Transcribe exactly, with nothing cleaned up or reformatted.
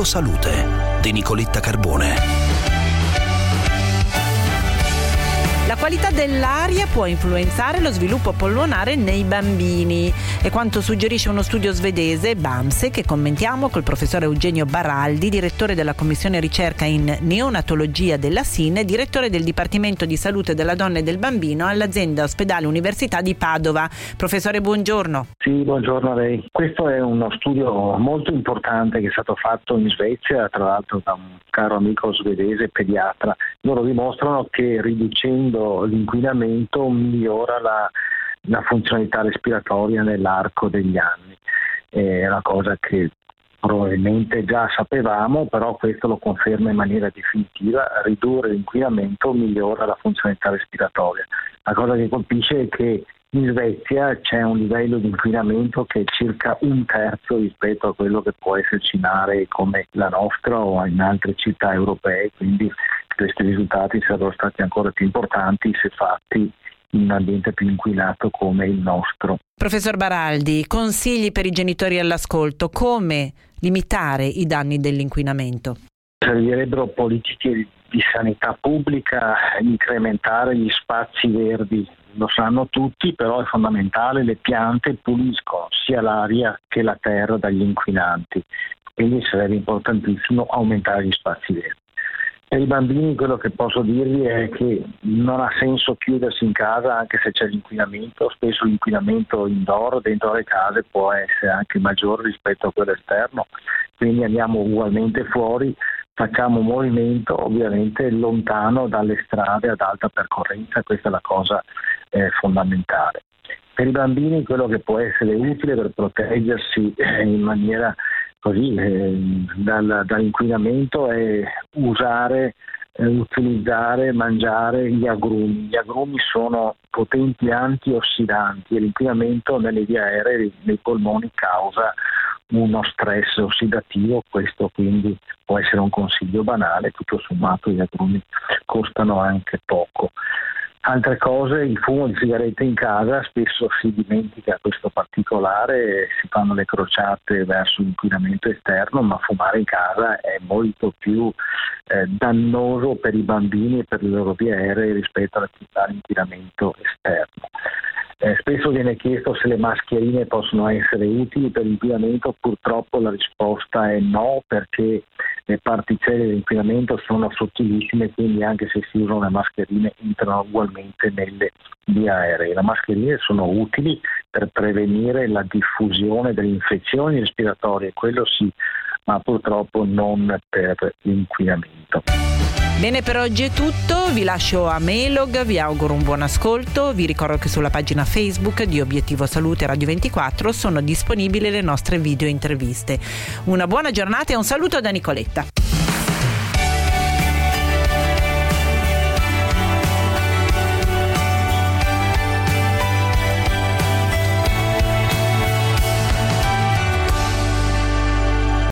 Salute di Nicoletta Carbone. La qualità dell'aria può influenzare lo sviluppo polmonare nei bambini, è quanto suggerisce uno studio svedese, BAMSE, che commentiamo col professore Eugenio Baraldi, direttore della Commissione Ricerca in Neonatologia della S I N e direttore del Dipartimento di Salute della Donna e del Bambino all'azienda Ospedale Università di Padova. Professore, buongiorno. Sì, buongiorno a lei. Questo è uno studio molto importante che è stato fatto in Svezia, tra l'altro da un caro amico svedese pediatra. Loro dimostrano che riducendo l'inquinamento migliora la, la funzionalità respiratoria nell'arco degli anni. È una cosa che probabilmente già sapevamo, però questo lo conferma in maniera definitiva: ridurre l'inquinamento migliora la funzionalità respiratoria. La cosa che colpisce è che in Svezia c'è un livello di inquinamento che è circa un terzo rispetto a quello che può esserci in aree come la nostra o in altre città europee, quindi questi risultati sarebbero stati ancora più importanti se fatti in un ambiente più inquinato come il nostro. Professor Baraldi, consigli per i genitori all'ascolto: come limitare i danni dell'inquinamento? Servirebbero politiche di sanità pubblica, incrementare gli spazi verdi. Lo sanno tutti, però è fondamentale: le piante puliscono sia l'aria che la terra dagli inquinanti, quindi sarebbe importantissimo aumentare gli spazi verdi. Per i bambini quello che posso dirvi è che non ha senso chiudersi in casa anche se c'è l'inquinamento. Spesso l'inquinamento indoor dentro le case può essere anche maggiore rispetto a quello esterno, quindi andiamo ugualmente fuori, facciamo movimento ovviamente lontano dalle strade ad alta percorrenza. Questa è la cosa eh, fondamentale. Per i bambini quello che può essere utile per proteggersi eh, in maniera così eh, dal, dall'inquinamento è usare, eh, utilizzare, mangiare gli agrumi. Gli agrumi sono potenti antiossidanti e l'inquinamento nelle vie aeree, nei polmoni, causa uno stress ossidativo. Questo quindi può essere un consiglio banale, tutto sommato gli agrumi costano anche poco. Altre cose: il fumo di sigarette in casa, spesso si dimentica questo particolare, si fanno le crociate verso l'inquinamento esterno, ma fumare in casa è molto più eh, dannoso per i bambini e per le loro vie aeree rispetto all'inquinamento esterno. Eh, spesso viene chiesto se le mascherine possono essere utili per l'inquinamento. Purtroppo la risposta è no, perché le particelle dell'inquinamento sono sottilissime, quindi anche se si usano le mascherine entrano ugualmente nelle vie aeree. Le mascherine sono utili per prevenire la diffusione delle infezioni respiratorie, quello sì, ma purtroppo non per l'inquinamento. Bene, per oggi è tutto, vi lascio a Melog, vi auguro un buon ascolto, vi ricordo che sulla pagina Facebook di Obiettivo Salute Radio ventiquattro sono disponibili le nostre video interviste. Una buona giornata e un saluto da Nicoletta.